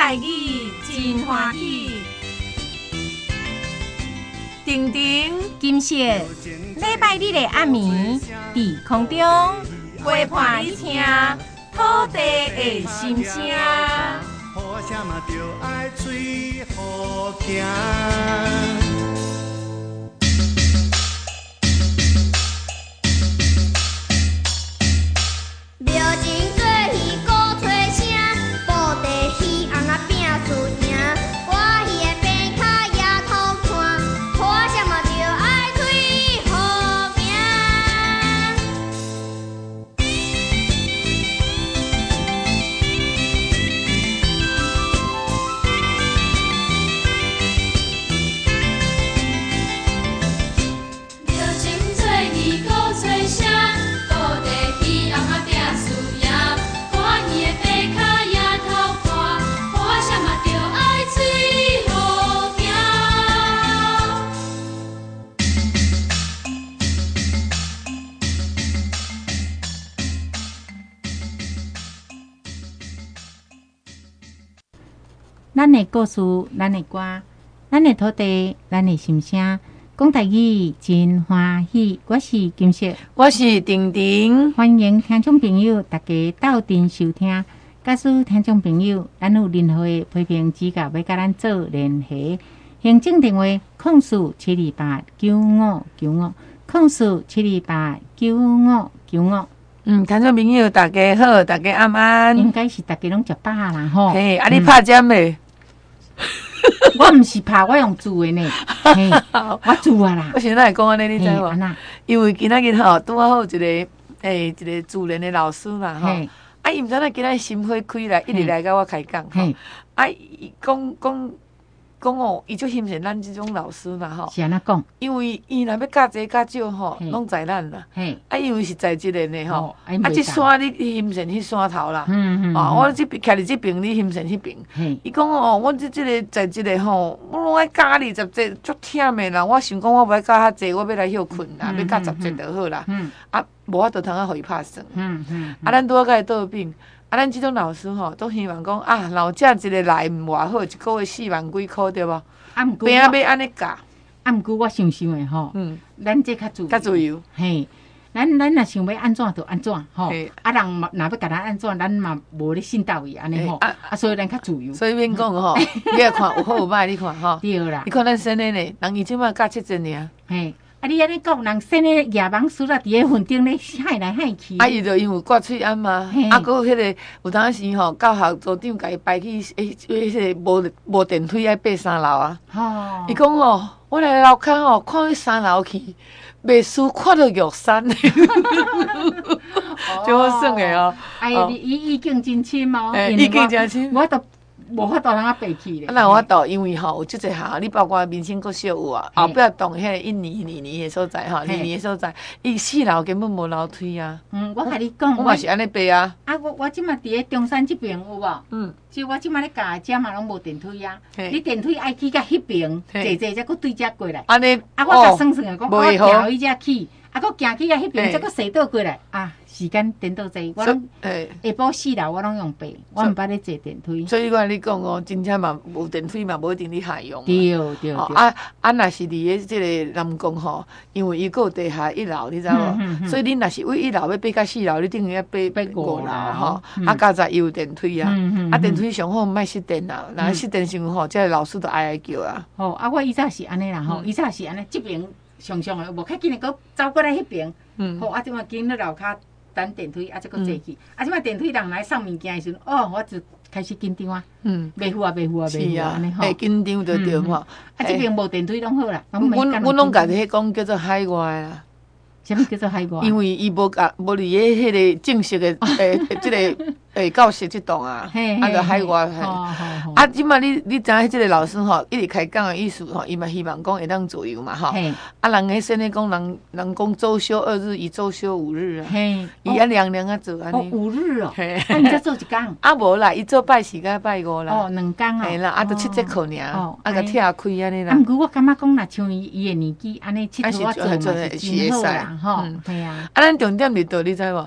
台语真欢喜，婷婷、 金色礼拜日的暗暝，伫空中陪伴你听土地的心声。 好声嘛就爱吹好听。 咱的故事，咱的歌，咱的土地，咱的心声。讲台语真欢喜，我是金色， 我是婷婷， 欢迎听众朋友大家斗阵收听。假使听众朋友，咱有任何的批评指教，要甲咱做联系，行政电话04-728-9595，04-728-9595。 听众朋友大家好，大家晚安。 应该是大家拢食饱啦吼。 嘿，啊你拍针未？ 我毋是拍，我用煮的呢。嘿，我煮啊啦。 我现在讲安尼，你知无？因为今仔日吼，拄好有一个一个自然的老师啦吼。啊，伊毋知影今仔心花开来，一直来甲我开讲吼。啊，伊讲哦，伊就欣赏咱即种老师啦吼。 是安怎讲？因为伊若要教济教少吼，拢在咱啦。啊，因为是在即个呢吼。啊，即山你欣赏迄山头啦。我即边徛伫即边，你欣赏迄边。伊讲哦，我即个在即个吼，我拢爱教20节，足忝的啦。我想讲，我袂教较济，我要来休困啦，要教10节就好啦。啊，无法度通互伊拍算。啊，咱拄仔甲伊倒边。啊，咱即种老师吼，都希望讲啊，老正一个来毋偌好，一个月4万几箍对无？啊，毋过要安尼教。 啊，毋过我想想的吼，咱这较自由。 嘿，咱若想要安怎就安怎吼。啊，人嘛若要甲咱安怎，咱嘛无咧信道伊安尼吼。啊，所以咱较自由。 所以免讲吼，你来看有好有歹，你看吼。 对啦。 你看咱省的呢，人伊即摆教7节尔。 嘿。啊！你安尼讲，人生的野网输啦，伫咧云顶咧海来海去。 啊，伊就因为挂喙安嘛，啊，搁迄个有当时吼，教学组长甲伊排去迄个无电梯爱爬3楼啊。哦。伊讲吼，我来楼骹吼，看迄3楼去，袂输看到玉山。就好耍的哦。 哎，伊境真深哦。 意境真深。 我都。无法度通爬去咧。 啊，有法度，因为吼有即个项，你包括民生国小有啊，后壁栋迄个印尼的所在吼，印尼的所在，伊4楼根本无楼梯啊。 我甲你讲， 我嘛是安尼爬啊。 啊，我即马伫咧中山即边有无？就我即马咧教遮嘛拢无电梯啊。你电梯爱去到迄边，坐才佫对遮过来。 安尼。 啊，我甲算算啊，讲我调伊遮去，啊，佫行去到迄边，再佫西倒过来啊。时间颠倒济，我拢下晡4楼我拢用爬，我毋捌咧坐电梯。 所以我跟你讲哦，真正嘛无电梯嘛，无一定你下用。 对。 啊，若是伫咧即个南宫吼，因为伊个有地下1楼，你知无？所以你若是为1楼要爬到4楼，你等于要爬5楼吼。啊，加在伊有电梯啊，啊电梯上好毋莫熄电啦，若熄电伤吼，即个老师都哀叫啊。 吼，啊我以前是安尼啦吼，以前是安尼，即边上的无较紧的，佫走过来迄边。好，啊即马紧咧楼骹。等电梯啊，再佫坐去。啊，即摆电梯人来送物件的时阵，哦，我就开始紧张啊。袂赴啊，安尼吼。 紧张就对吼。啊， 即边无电梯拢好啦。 阮拢家己迄讲叫做海外啦。 啥物叫做海外？ 因为伊无伫咧迄个正式的即个教室即栋啊，啊就海外。啊，即摆你知影即个老师吼，一直开讲的意思吼，伊嘛希望讲会当自由嘛吼。啊，人迄生咧讲人讲周休2日，伊周休5日啊。伊啊凉啊做安尼。 5日哦。啊，你才做1工？ 啊无啦，伊做拜4甲拜5啦。 哦，2工啊。 嘿啦，啊都7节课尔，啊甲拆开安尼啦。 毋过我感觉讲，若像伊的年纪安尼，佚佗我做嘛是真好啦。吼，系啊。 啊，咱重点伫倒，你知无？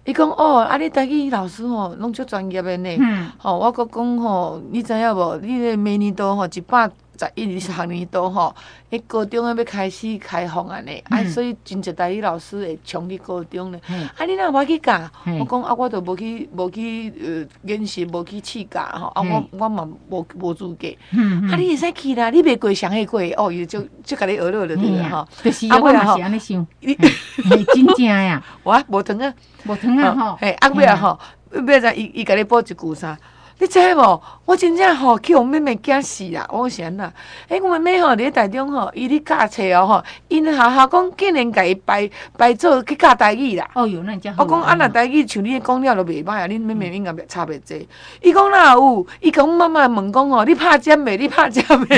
伊讲哦，啊，你台语老师吼，拢足专业的呢。吼，我阁讲吼，你知影无？你个明年度吼111学年度吼，迄高中要开始开放啊呢。啊，所以真侪台语老师会冲去高中呢。啊，你哪无去教？我讲啊，我都无去研习，无去试教吼。啊，我嘛无资格。啊，你会使去啦，你袂过上会过哦，伊就甲你学了对个吼。 就是我嘛是安尼想，真正呀。 我无糖啊， 无糖啊吼。 嘿，啊尾啊吼，尾仔伊甲你补一句啥？你知无？我真正吼去互妹妹惊死啦！我是安那，我妹妹吼伫咧台中吼，伊咧教册哦吼，因学校讲竟然甲伊排做去教台语啦。 哦哟，那真好。 我讲啊，若台语像你讲了就袂歹啊，恁妹妹应该差袂济。伊讲哪有？伊甲阮妈妈问讲吼，你拍针未？你拍针未？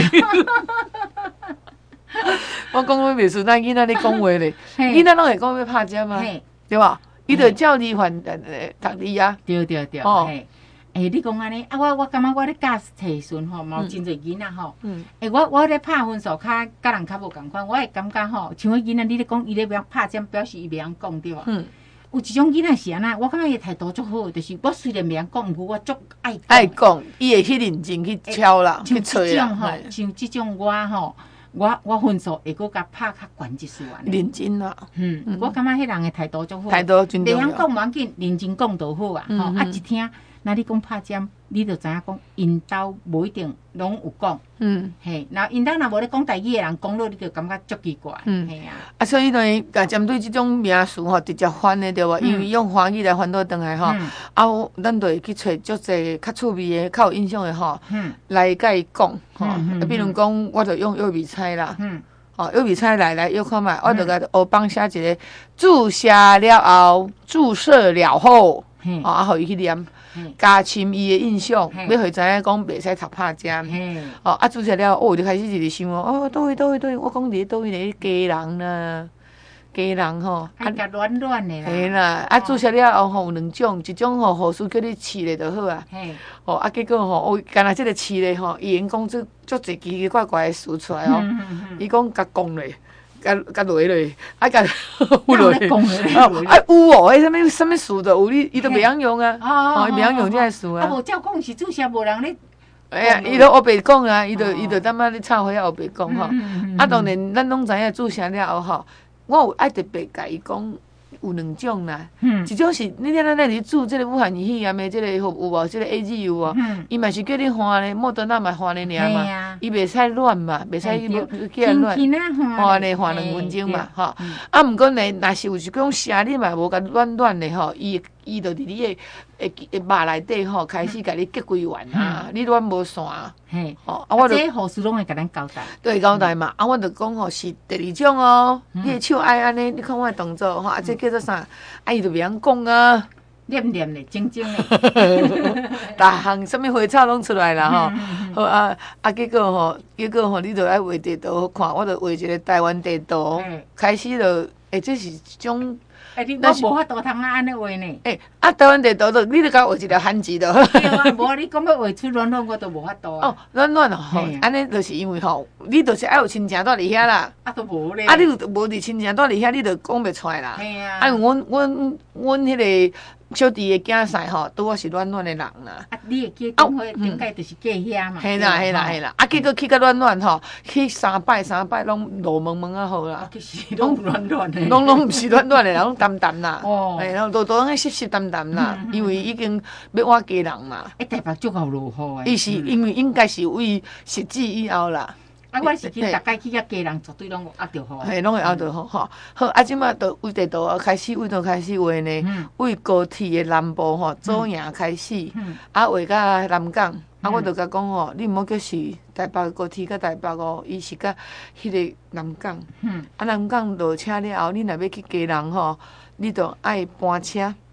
我讲我袂顺咱囡仔咧讲话咧，囡仔拢会讲要拍针啊，对吧？伊就照字还读字啊。 对。嘿。你讲安尼啊，我感觉我咧教册时吼，嘛有真侪囡仔吼。我咧拍分数甲人较无共款，我会感觉吼，像迄囡仔你咧讲伊咧袂拍针，表示伊袂晓讲对吧？有一种囡仔是安那，我感觉伊态度足好，就是我虽然袂晓讲，毋过我足爱讲，伊会去认真去敲啦，去吹啦。 像即种我吼。我分数会搁甲拍较悬一丝啊！ 认真啦， 我感觉迄人诶态度足好， 态度真重要。 袂晓讲无要紧，认真讲就好啊！吼，一听，那你讲拍针，你就知影讲，因兜无一定拢有讲。嘿，然后因兜若无咧讲台语诶人讲落，你就感觉足奇怪。嘿啊！ 啊，所以呢，甲针对即种名词吼，直接翻诶，对无？因为用华语来翻倒转来吼，啊，咱就会去找足侪较趣味诶、较有印象诶吼，来甲伊讲吼。比如讲，我就用幼笔猜啦。幼笔猜来约看觅，我就甲学帮写一个注射了后，注射了后，啊，互伊去念。加深伊的印象，要互伊知影讲袂使读拍针。啊，注射了，就开始就是想哦，倒位，我讲伫倒位咧，家人啦，家人吼， 啊，甲软软的啦。 嘿啦，啊，注射了后吼有2种，一种吼护士叫你试咧就好啊。啊，结果吼，干那即个试咧吼，伊因讲足侪奇奇怪怪的事出来哦。伊讲甲讲咧。甲落咧，啊甲有落咧，啊有哦，迄什么事都有，伊都袂晓用啊，伊袂晓用这个事啊。 啊，无照讲是注射，无人咧。 哎呀，伊都黑白讲啊，伊就当仔咧插花黑白讲吼。啊，当然咱拢知影注射了后吼，我有爱特别甲伊讲。有2种啦，一种是你听咱咧注即个武汉肺炎的即个有无？即个 AZU 哦，伊嘛是叫你换咧，莫德纳嘛换咧尔嘛，伊袂使乱嘛，袂使叫人乱，换咧换2分钟嘛，吼。啊，毋过呢，若是有一种声你嘛无甲乱咧吼，伊就伫你的肉内底吼，开始甲你结规完啊，你乱无线。 嘿，啊，我这护士拢会甲咱交代。 对，交代嘛，啊，我就讲吼是第2种哦，你的手爱安尼，你看我的动作吼，啊，这叫做啥？啊，伊就袂晓讲啊， 念咧，静静咧， 逐项什么花草拢出来啦吼，好啊，结果吼，你就爱画地图看，我就画一个台湾地图，开始就，这是一种。 你我无法度通安尼画呢。 台湾地图就你就甲画一条汉字就好。 对啊，无你讲要画出软软，我都无法度啊。 软吼，安尼就是因为吼，你就是爱有亲情住伫遐啦。 啊，都无咧。 啊，你有无伫亲情住伫遐，你就讲袂出来啦。 嘿啊。 啊，阮迄个小弟的囝婿吼，拄好是软的人啦。 啊，你会记讲话顶界就是嫁遐嘛。 嘿啦。啊，结果去甲软吼，去3摆拢落蒙啊好啦。 就是拢软的。 拢毋是软的啦，拢淡啦。哦。然后都拢湿淡啦，因为已经要换家人嘛。 台北足够落雨诶。 伊是因为应该是为实际以后啦。 啊，我是去大概去甲家人绝对拢有压着雨。 嘿，拢会压着雨吼。好，啊，即马就为地图开始，为开始画呢。为高铁的南部吼，左营开始，啊，画到南港。啊，我就甲讲吼，你毋好叫是台北高铁甲台北哦，伊是甲迄个南港。啊，南港落车了后，你若要去家人吼，你就爱搬车。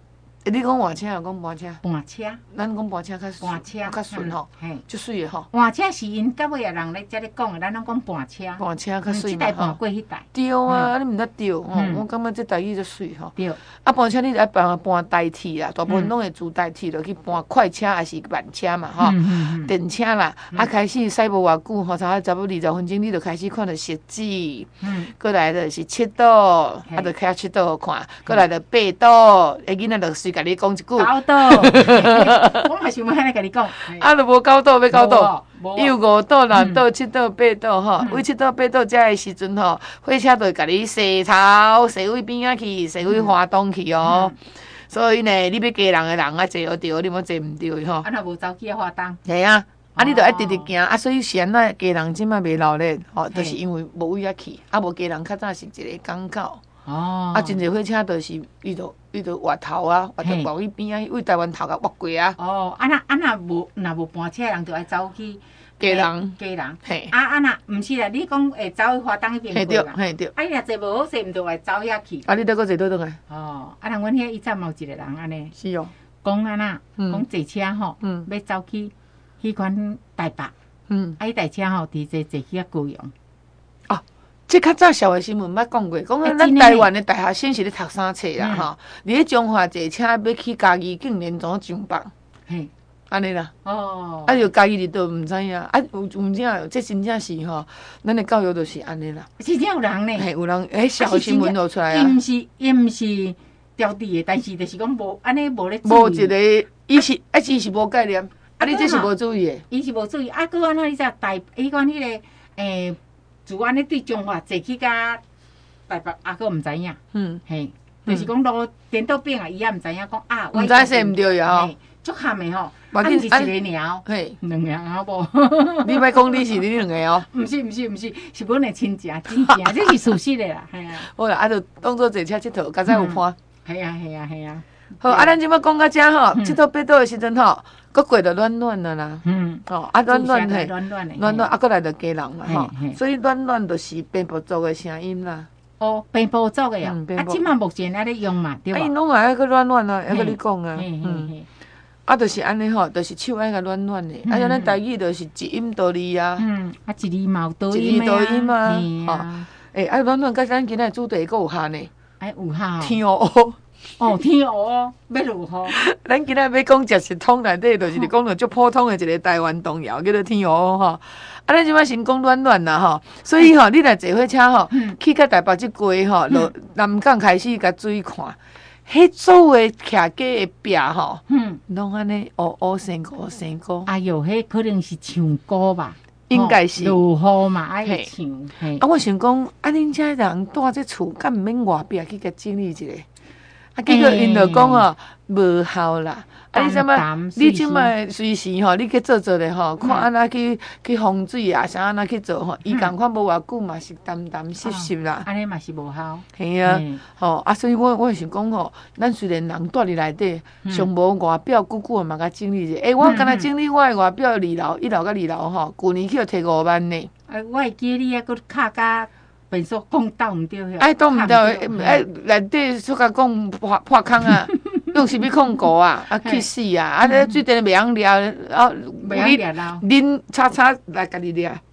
你讲换车又讲搬车？ 搬车， 咱讲搬车较顺吼，足水的吼。 换车是因到尾啊人咧遮咧讲的，咱拢讲搬车。 搬车较水嘛。 即代搬过迄代。 对啊，你毋知对吼，我感觉这台语足水吼。 对。 啊，搬车你爱搬代替啦，大部分拢会自代替落去搬快车还是慢车嘛吼，电车啦。啊，开始驶无偌久吼，差不多20分钟，你就开始看到设置。过来就是7度，啊，就开7度看，过来就8度，囡仔就随甲你讲一句。 9度，我嘛想要安尼甲你讲。 啊，就无9度要9度，伊有5度、6度、7度、8度吼。为7度、8度遮的时阵吼，火车就会甲你洗头、洗位边仔去、洗位花东去哦。所以呢，你要加人的人啊，坐有着，你莫坐毋着吼。 啊，若无走去啊，花东。 系啊。啊，你着爱直直行啊，所以是安怎家人即摆袂闹咧，吼，就是因为无位啊去，啊无家人较早是一个港口，啊，真侪火车就是伊着滑头啊，滑到外边啊，为台湾头甲滑过啊。 哦，若无搬车人，着爱走去家人， 嘿。若毋是啦，你讲会走去花东迄边过啦， 嘿对。 啊，伊若坐无好势，毋着会走遐去。 啊，你倒搁坐倒转来。 哦，啊，阮遐伊站嘛有一个人安尼。 是哦。 讲安那，讲坐车吼，要走去。迄款台北，啊，伊台车吼，直接坐去高雄。 哦，即较早社会新闻捌讲过，讲咱台湾的大学生是咧读啥册啦吼？伫咧中华坐车要去嘉义，竟然总上北，嘿，安尼啦。哦。啊，就嘉义伫倒毋知影，啊，有真这真正是吼，咱的教育就是安尼啦。 真正有人呢。 嘿，有人社会新闻就出来啊。 伊毋是调治的，但是就是讲无安尼无咧注意。 无一个，伊是无概念。啊！你这是无注意的， 伊是无注意。啊，搁安怎你才台？伊讲迄个自安尼对中华坐去甲台北，啊，搁毋知影。嘿，就是讲路颠倒变啊，伊也毋知影讲啊。 毋知说毋对呀吼。 足含的吼，啊，毋是一个鸟，嘿，2个啊无。 你莫讲你是你2个哦。 毋是，是阮的亲情，真正，这是事实的啦，系啊。 好啦，啊，就当做坐车佚佗，较早有伴。 系啊。 好，啊，咱即摆讲到遮吼，7度8度的时阵吼，搁过着暖暖的啦。哦，啊，暖嘿，暖啊，搁来着家人啦吼。所以暖就是变不足的声音啦。 哦，变不足的呀。啊，即摆目前还咧用嘛，对吧？ 啊，伊拢爱个暖啊，还搁你讲啊。啊，就是安尼吼，就是手爱个暖的。啊，像咱台语就是一音多字啊。 啊，一字嘛有多音嘛。 吼，啊，暖甲咱今仔主题搁有限呢。 哎，有效。 天乌。 哦，天乌哦，要如何？ 咱今仔要讲食食通内底，就是讲着足普通的一个台湾童谣，叫做天乌吼。啊，咱即摆先讲暖啦吼，所以吼，你若坐火车吼，去到台北即过吼，落南港开始甲水看，迄组的徛家的壁吼，拢安尼生歌。 哎哟，迄可能是唱歌吧？ 应该是。 如何嘛？爱唱。 啊，我想讲，啊，恁遮人住这厝，敢毋免外壁去甲整理一下？啊，结果因就讲哦，无效啦。啊，你即摆，你即摆随时吼，你去做咧吼，看安怎去防水啊，啥安怎去做吼，伊共款无偌久嘛是淡湿湿啦。 安尼嘛是无效。 系啊，吼啊，所以我想讲吼，咱虽然人住伫内底，上无外表久久嘛甲整理者。我敢若整理我的外表1楼甲2楼吼，旧年去就摕5万呢。 我会记你还佫卡甲。变说讲倒毋对， 哎，倒毋对，内底出甲讲破空啊，用啥物控股啊，去死啊！啊，咧水电袂晓掠，啊，恁叉来家己掠。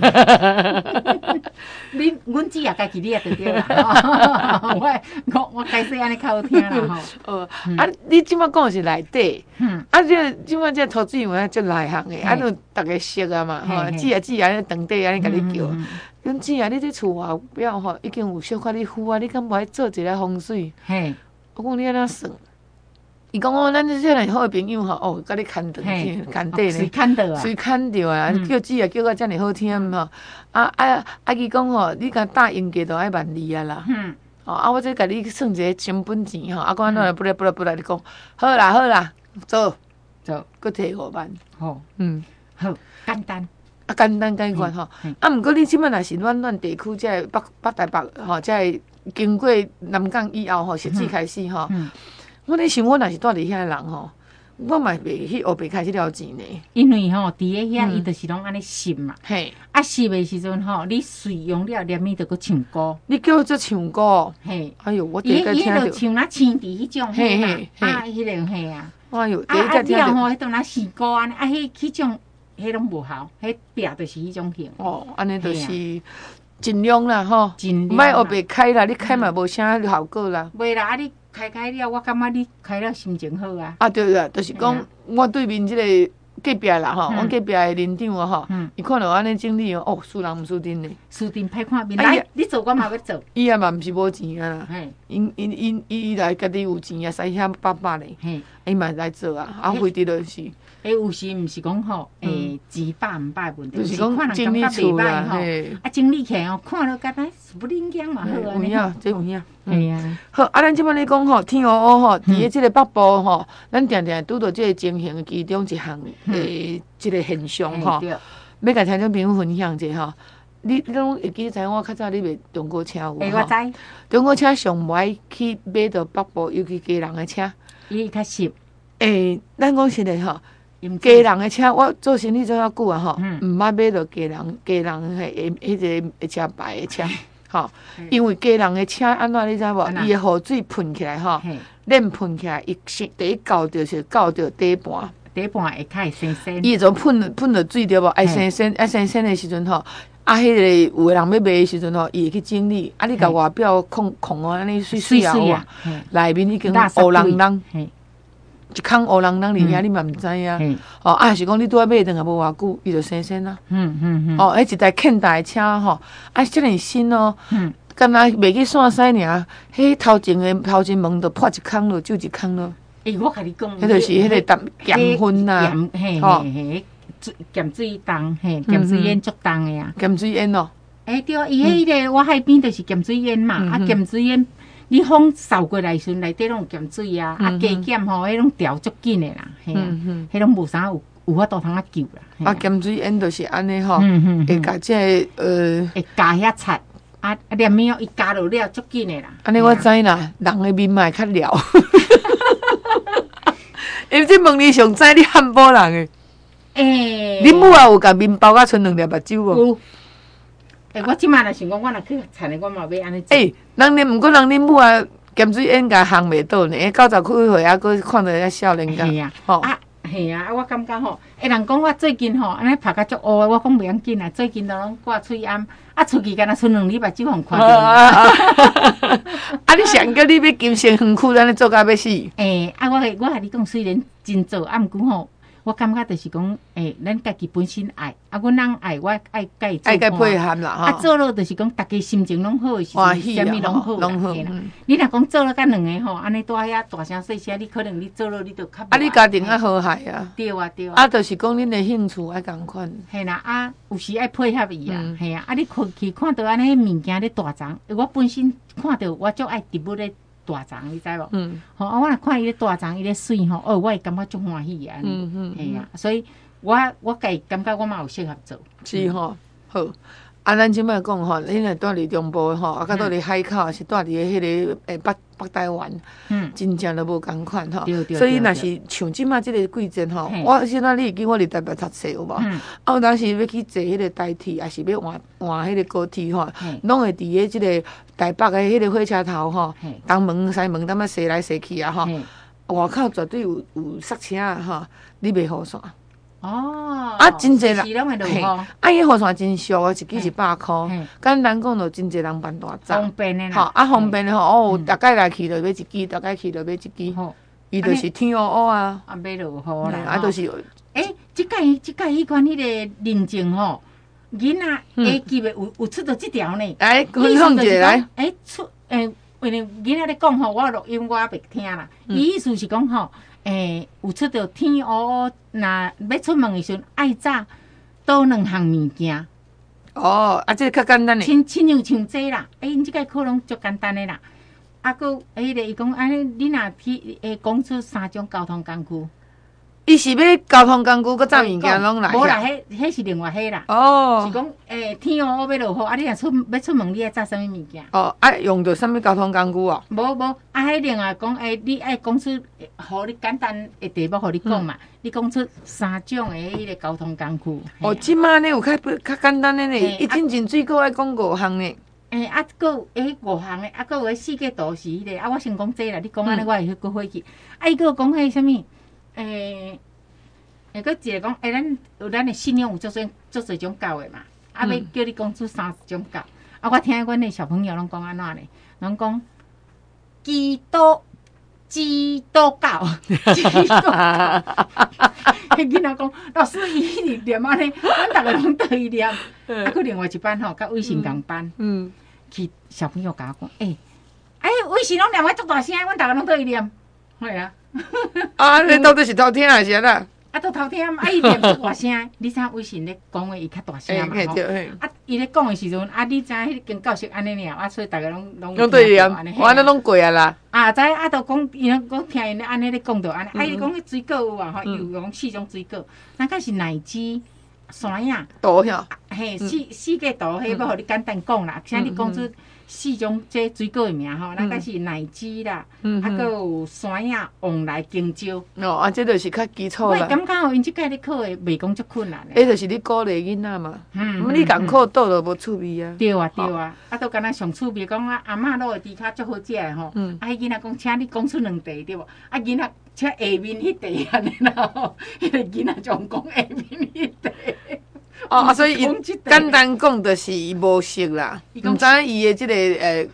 阮姊也家己掠就对啦。我解释安尼较好听啦吼。 啊，你即摆讲的是内底，啊，即摆这投资员足内行的，啊，都逐个熟啊嘛，吼，姊安尼当地安尼甲你叫。阮姊啊，你这厝外表吼已经有小可咧敷啊，你敢无爱做一个风水？嘿，我讲你安怎算？伊讲咱这个好朋友吼，甲你牵倒去，牵底咧， 随牵倒啊， 随牵着啊，叫姊啊叫到遮尔好听吼。啊，伊讲吼，你甲答应价都爱12000啊啦。啊，我再甲你算一个成本钱吼，啊，讲安怎不来，你讲好啦，做，搁摕5万。 好，好，简单。 简单解决吼，啊，毋过你即摆若是暖地区，即个北台北吼，即个经过南港以后吼，实际开始吼，我咧想，我若是住伫遐人吼， 我嘛袂去学白开始了钱呢。 因为吼，伫个遐伊就是拢安尼翕嘛。 嘿， 啊翕的时阵吼，你随用了念伊就搁唱歌。 你叫我做唱歌？ 嘿， 哎哟，我第一个听到。 伊就唱那青伫迄种嘿嘛，啊，迄个嘿啊。 哎哟，第一个听到。 啊，吼，迄种那诗歌安尼，啊，迄种，迄拢无效，迄壁就是迄种型。 哦，安尼就是。尽量啦吼， 尽量。 莫学白开啦，你开嘛无啥效果啦。 袂啦，啊你开了，我感觉你开了心情好啊。 啊对啦，就是讲我对面即个隔壁啦吼，阮隔壁的林长啊吼，伊看到安尼经历哦，输人毋输阵嘞。 输阵歹看面，来，你做我嘛要做。 伊也嘛毋是无钱啊啦，伊来家己有钱啊，使遐800嘞，伊嘛来做啊，啊费得就是。 有时毋是讲吼，钱摆毋摆问题， 就是看人感觉袂歹吼， 啊，整理起来吼，看了敢若不灵光嘛好安尼。 有影，这有影。 系啊。 好，啊，咱即摆咧讲吼，天黑黑吼，伫个即个北部吼，咱定定拄到即个情形其中一项即个现象吼，要甲听众朋友分享者吼。你拢会记知我较早你袂中国车有我知。 中国车上无爱去买到北部，尤其家人的车。 伊较实。 咱讲实咧吼。家人的车，我做生意做遐久啊吼，毋捌买到家人迄个车牌的车，吼，因为家人的车安怎你知无？伊的雨水喷起来吼，冷喷起来，伊第一到着是到着底盘会较生鲜。 伊就喷了水对无？爱生鲜的时阵吼，啊，迄个有的人要卖的时阵吼，伊会去整理，啊，你甲外表空安尼水啊，内面已经乌人人。一空乌人人伫遐，你嘛毋知影。哦，啊，是讲你拄仔买顿也无偌久，伊就生鲜啦。哦，迄一台肯大的车吼，啊，遮尔新哦。敢若袂去散驶尔，迄头前门就破一空咯，就一空咯。 我甲你讲， 迄就是迄个咸分啦， 吼，咸水重，咸水烟足重的啊。 咸水烟哦。 对啊，伊迄个我海边就是咸水烟嘛，啊，咸水烟。你风扫过来时，内底拢有咸水啊，啊加减吼，迄拢调足紧的啦，嘿啊，迄拢无啥有法度通啊救啦。 啊，咸水烟就是安尼吼，会甲这会加遐菜，啊连面伊加落了足紧的啦。 安尼我知啦，人的面嘛会较了。因为这问题上知你汉堡人的，恁母也有甲面包甲剩2粒目睭无？ 我即摆若想讲，我若去田的，我嘛要安尼做。 毋过人恁母啊，咸水烟甲烘袂倒呢，90几岁还佫看到遐少年家。 系啊，系啊，我感觉吼，人讲我最近吼，安尼拍甲足乌的，我讲袂要紧啊，最近都拢挂喙暗，啊出去敢若剩2粒目睭互看到。 你上叫你要金星园区，安尼做甲要死。 我甲你讲，虽然真做，毋过吼。我感觉就是讲，咱家己本身爱，阮人爱，我爱甲伊做。 爱甲配合啦， 啊，做了就是讲，大家心情拢好的时候，啥物拢好啦。你若讲做了甲2个吼，安尼住遐大声细声，你可能你做了你就较。 你家庭爱和谐啊。 对啊，对啊。 啊，就是讲恁的兴趣爱共款。 系啦，啊，有时爱配合伊啊，系啊，你去看到安尼物件咧大张，我本身看到我足爱植物咧。大丛，你知无？我若看伊咧大丛，伊咧水吼，我会感觉足欢喜啊！系啊，所以我家己感觉我嘛有适合做。 是吼，好。啊，咱即摆讲吼，恁若住伫中部吼，啊，甲住伫海口，是住伫迄个北台湾，真正都无共款吼。所以若是像即摆即个季节吼，我现在你会记我伫台北读册有无？有当时要去坐迄个台铁，还是要换迄个高铁吼，拢会伫个即个台北的迄个火车头吼，东门西门，踮啊踅来踅去啊吼，外口绝对有塞车啊吼，你袂好煞。真济人， 嘿， 伊雨伞真俗哦，一支100块。简单讲，就真济人办大杂。 方便的啦。 方便的吼，大概来去就买一支，大概去就买一支。伊就是天黑黑啊。 买就好啦。 就是。 即届迄款迄个认证吼，囡仔下级的有出到即条呢。 来，分享一下来。 因为囡仔咧讲吼，我录音我也袂听啦。伊意思是讲吼。有出到天黑黑，若要出门的时阵，爱早倒2项物件。 这个较简单的。 亲像这啦，因即个可能足简单的啦。佫迄个伊讲，安尼你若去公出3种交通工具， 伊是要交通工具，搁载物件拢来。 无啦，迄是另外迄啦。 哦。 是讲天黑黑要落雨，啊，你若出门，你爱载啥物物件？ 哦，爱用到啥物交通工具哦？ 无，啊，迄另外讲，你爱讲出，互你简单的题目，互你讲嘛。你讲出3种的迄个交通工具。 哦，即马呢有较简单的呢，一进前水果爱讲5项呢。 啊，搁有5项的，啊，搁有迄4个图是迄个，啊，我先讲这啦，你讲安尼，我会去搁回去。啊，伊搁有讲迄啥物？搁一个讲，咱的信用有足侪种教的嘛，啊，要叫你讲出30种教。啊，我听阮的小朋友拢讲安怎呢？拢讲基督教，迄囡仔讲，老师伊念安尼，阮逐个拢倒伊念。啊，佮另外一班吼，甲微信共班。去小朋友甲我讲，微信拢念我足大声，阮逐个拢倒伊念，系啊。 啊，你到底是偷听还是啦？ 啊，都偷听，啊，伊念足大声，你知微信咧讲话伊较大声嘛吼。啊，伊咧讲的时阵，啊，你知迄间教室安尼尔，啊，所以逐个拢对念，我安尼拢过啊啦。 啊，知啊，都讲伊讲听因咧安尼咧讲着安尼，啊，伊讲迄水果有啊吼，伊有讲4种水果，那个是奶汁、酸呀、 豆呀， 嘿，四个豆，迄要互你简单讲啦，请你讲出4种这水果的名吼，那个是奶汁啦，啊，搁有酸呀、旺来、香蕉。 哦，啊，这就是较基础啦。 我感觉吼，因即届咧考的袂讲足困难的。 迄就是你鼓励囡仔嘛，你共考倒就无趣味啊。 对啊，啊，都敢若上趣味，讲啊，阿嬷卤的猪脚足好食的吼。啊，迄囡仔讲，请你讲出2题对无？啊，囡仔请下面迄题安尼啦吼，迄个囡仔就讲下面迄题。 哦，所以简单讲，就是伊无熟啦，毋知影伊的即个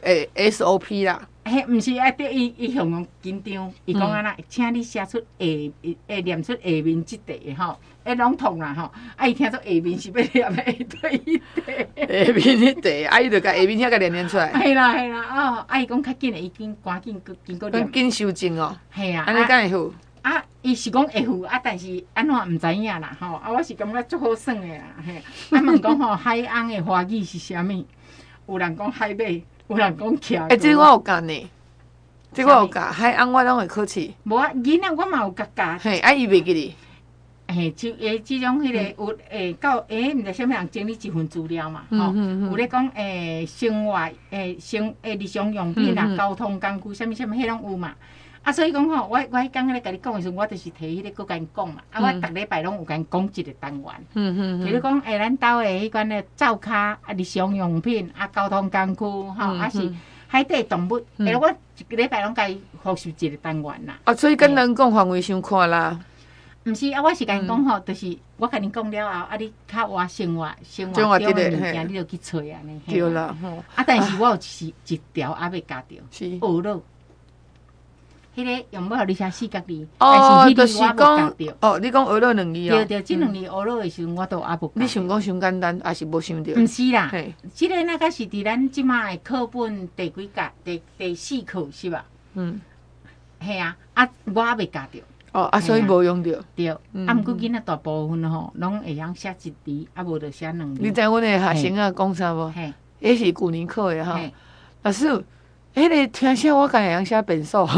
SOP 啦。 嘿，毋是啊，对伊向讲紧张，伊讲安那，请你写出念出下面即题吼，拢通啦吼。啊，伊听说下面是要念的下底下面迄题，啊，伊就甲下面遐个念出来。 系啦，哦，啊，伊讲较紧的，伊赶紧经过念。 紧修正哦。 系啊。 安尼敢会好？ 啊，伊是讲会赴啊，但是安怎毋知影啦吼。啊，我是感觉足好耍的啦，嘿。啊，问讲吼，海翁的花语是啥物？有人讲海马，有人讲徛。 这我有教呢，这我有教，海翁我拢会考试。 无啊，囡仔我嘛有教。 嘿，啊，伊袂记哩。 嘿，就即种迄个有到毋知啥物人整理一份资料嘛，吼。有咧讲生活日常用品啊，交通工具啥物，迄拢有嘛。啊，所以讲吼，我迄刚咧甲你讲的时候，我就是摕迄个搁甲因讲嘛。啊，我逐礼拜拢有甲因讲一个单元。比如讲，咱兜的迄款的灶骹啊，日常用品啊，交通工具吼，啊是海底动物，我一个礼拜拢甲伊复习一个单元啦。 啊，所以跟人讲范围伤宽啦。 毋是啊，我是甲因讲吼，就是我甲你讲了后，啊，你较活生活中的物件，你就去找安尼。 对啦，吼。 啊，但是我有一条还未加着， 是学了。迄个用要互你写4角字， 但是就是讲， 哦，你讲学了2字哦。 对，这2字学了的时阵，我都还无。 你想讲伤简单，还是无想着？ 毋是啦，这个那个是伫咱即马的课本第几届？第4课是吧？系啊，啊，我还未加着。 哦，啊，所以无用着。 对，啊，毋过囡仔大部分吼，拢会晓写1字，啊，无就写2字。 你知阮的学生啊讲啥无？迄是旧年考的吼，老师。迄个听写我敢会晓写变数，我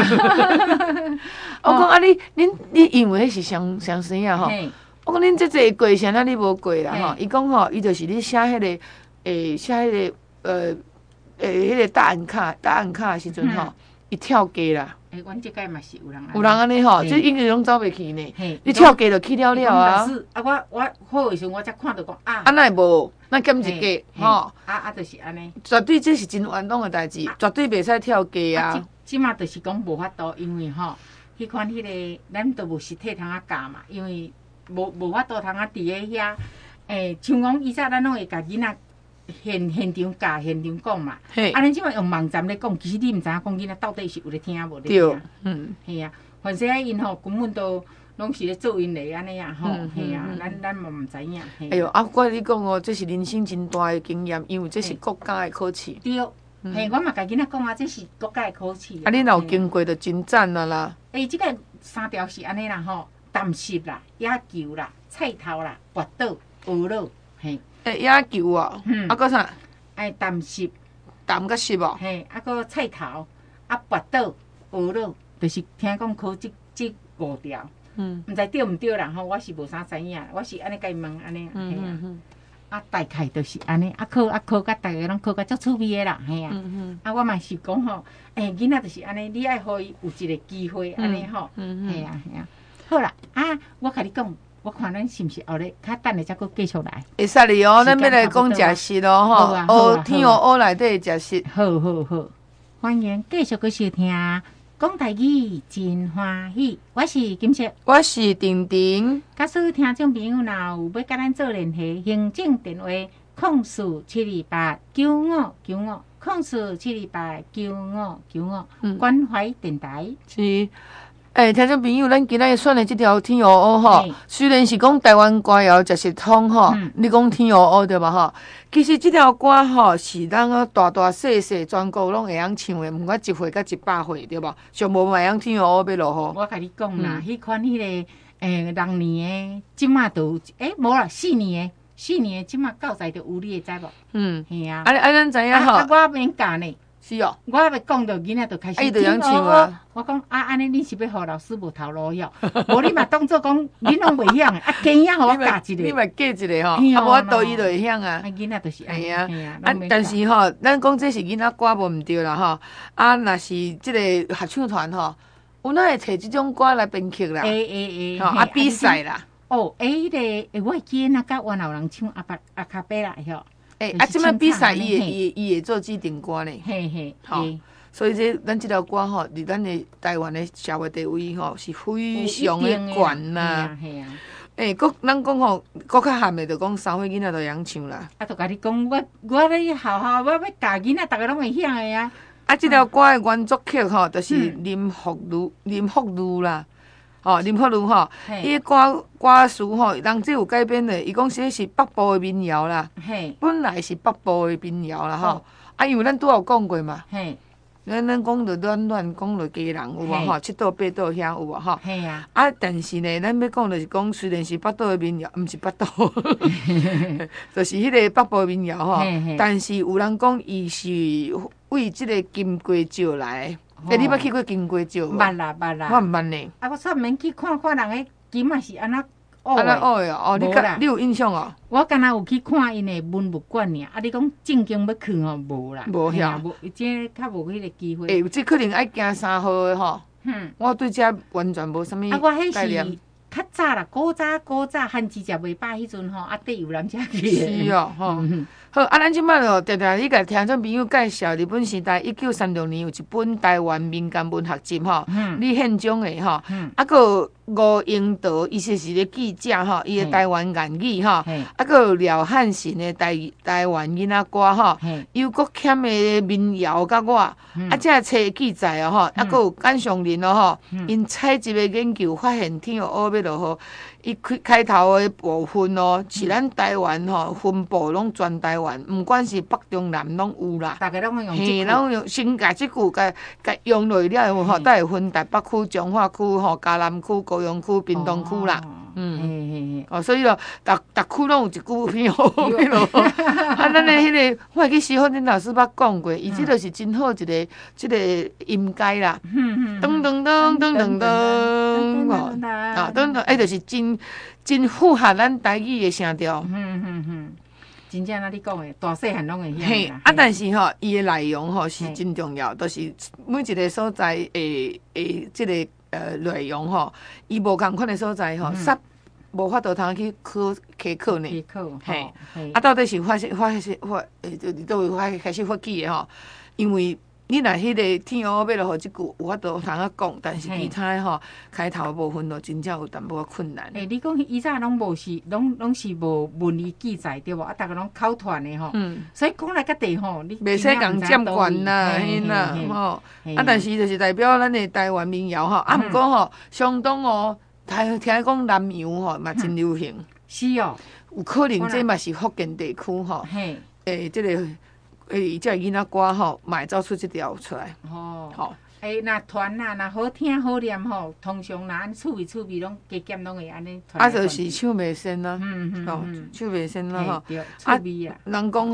讲啊，你因为迄是上生啊吼，我讲恁这个过啥啊你无过啦吼，伊讲吼，伊就是你写迄个写迄个迄个答案卡的时阵吼，伊跳价啦。 阮即届嘛是有人安尼吼，这应该拢走袂去呢。你跳价就去了啊。 啊，我好的时阵，我才看到讲啊。 啊，那无，那减一价吼。 就是安尼。 绝对这是真严重的代志，绝对袂使跳价啊。 即马就是讲无法度，因为吼，迄款迄个咱都无实体通啊教嘛，因为无法度通啊伫咧遐。像讲以前咱拢会甲囡仔现场教、现场讲嘛。啊，咱即马用网站咧讲，其实你毋知影讲囡仔到底是有咧听无咧听。系啊，反正因吼根本都拢是咧做因咧安尼啊吼，系啊，咱嘛毋知影。 哎哟，啊，我你讲哦，这是人生真大的经验，因为这是国家的考试。 对，嘿，我嘛甲囡仔讲啊，这是国家的考试。 啊，你若有经过，就真赞啦。 即个3条是安尼啦吼，淡湿啦、野球啦、菜头啦、滑倒、学了，嘿。 野球啊，啊，搁啥？ 淡湿， 淡甲湿哦。 嘿，啊，搁菜头，啊，滑倒，学了，就是听讲考即5条。 毋知对毋对啦吼，我是无啥知影，我是安尼甲伊问安尼，嘿啊。啊，大概就是安尼，考甲大家拢考甲足趣味的啦，嘿啊。啊，我嘛是讲吼，囡仔就是安尼，你爱互伊有一个机会安尼吼，嘿啊。好啦，啊，我甲你讲，我看咱是毋是后日较等下才佫继续来？ 会使哩哦，咱要来讲食食咯吼，天学内底的食食。 好，欢迎继续佫收听。讲台语真欢喜，我是金雪， 我是婷婷。 假使听众朋友若有要甲咱做联系，行政电话04-728-9595，04-728-9595，关怀电台。 是。听众朋友，咱今仔日选的这条天鹅乌吼，虽然是讲台湾歌谣食食通吼，你讲天鹅乌对吧吼？其实这条歌吼是咱大大细细全国拢会晓唱的，毋管1岁到100岁对吧？上无嘛会晓天鹅乌要落雨。 我甲你讲啦，迄款迄个6年的，即马都无啦，4年的，即马9歳就有，你会知无？嘿啊。 咱知影吼。 我免教呢。 是哦， 我还未讲到囡仔就开始就唱啊。 我讲安尼你是要互老师无头路晓，无你嘛当做讲恁拢袂晓的，今仔互我教一个。 你嘛教一个吼，无倒伊就会晓啊。 囡仔就是安尼。 但是吼，咱讲这是囡仔歌无毋对啦吼。若是即个合唱团吼，有哪会摕即种歌来编曲啦？比赛啦。 迄个我会记那甲原老人唱阿卡贝拉吼。 即摆比赛伊会做指定歌呢，吼，所以咱即条歌吼，伫咱的台湾的社会地位吼是非常的悬呐。咱讲吼，较含的就讲3岁囡仔就会晓唱啦。 就甲你讲，我咧学校，我要教囡仔，逐个拢会晓的啊。 即条歌的原作曲吼，就是林福如啦。林福如吼，伊歌词吼，人这有改编的，伊讲这是北部的民谣啦，本来是北部的民谣啦吼。因为咱拄有讲过嘛，咱讲着乱讲着家人有无吼，7岛8岛遐有无吼。但是呢，咱要讲就是讲，虽然是北岛的民谣，毋是北岛，就是迄个北部的民谣吼。但是有人讲伊是为即个金瓜石来。你捌去过金瓜石无？ 捌啦。 我毋捌呢。 我煞免去看人个金嘛是安那乌的。你有印象哦？ 我敢若有去看因的文物馆尔，你讲正经要去吼无啦。 无遐。 即较无迄个机会。 这可能爱行3号的吼。我对这完全无啥物概念。 较早啦，古早汉字食袂饱迄阵吼，缀游览车去的。 是哦，吼。好，咱即摆就常你甲听众朋友介绍日本时代1936年有一本台湾民间文学集吼，李宪章的吼，佫吴英德，伊就是个记者吼，伊的台湾言语吼，佫廖汉神的台湾囡仔歌吼，尤国谦的民谣甲我，这册记载哦吼，佫有简上林哦吼，因采集的研究发现天黑要落雨。伊开头的部分哦，是咱台湾吼分布拢全台湾，毋管是北中南拢有啦。 大家拢会用这句。 拢用先甲即句甲用落了后吼，才会分台北区、彰化区、吼嘉南区、高雄区、屏东区啦。所以咯，逐区拢有一句偏好迄落。咱的迄个，我会记师傅恁老师捌讲过，伊即个是真好一个即个音阶啦。噔噔噔噔噔噔，就是真符合咱台语的声调。 真正那你讲的，大细汉拢会晓。 但是吼，伊的内容吼是真重要，就是每一个所在即个内容吼，伊无共款的所在吼，无法度通去考呢。嘿，到底是都会开始发起的吼，因为。你若迄个天黑要落雨即句有法度通讲，但是其他的吼开头部分就真正有淡薄仔困难。 你讲以前拢无是，拢是无文字记载对无？逐个拢口传的吼。所以讲来甲地吼，你袂使共占悬啦，嘿啦，吼。但是就是代表咱的台湾民谣吼，毋过吼相当哦，听讲南洋吼嘛真流行。 是哦。 有可能这嘛是福建地区吼。即个。即个囡仔歌吼，嘛会走出即条出来。 吼，若传若好听好念吼，通常若安趣味拢加减拢会安尼传。 就是唱袂先啦，唱袂先啦吼。 趣味啊。 人讲吼，